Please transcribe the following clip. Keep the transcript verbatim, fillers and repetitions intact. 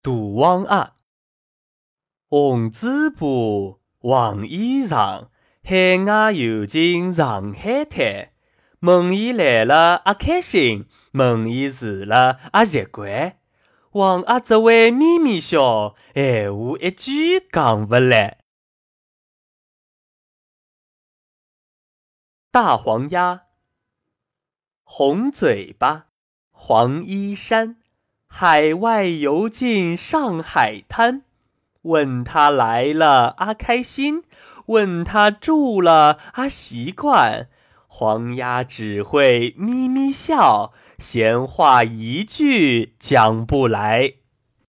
杜王鸭，红嘴巴，黄衣裳，海外游进上海滩。问伊来了也开心，问伊住了也习惯。黄鸭只会咪咪笑，闲话一句讲不来。大黄鸭，红嘴巴，黄衣衫，海外游进上海滩。问他来了啊开心，问他住了啊习惯。黄鸭只会咪咪笑，闲话一句讲不来。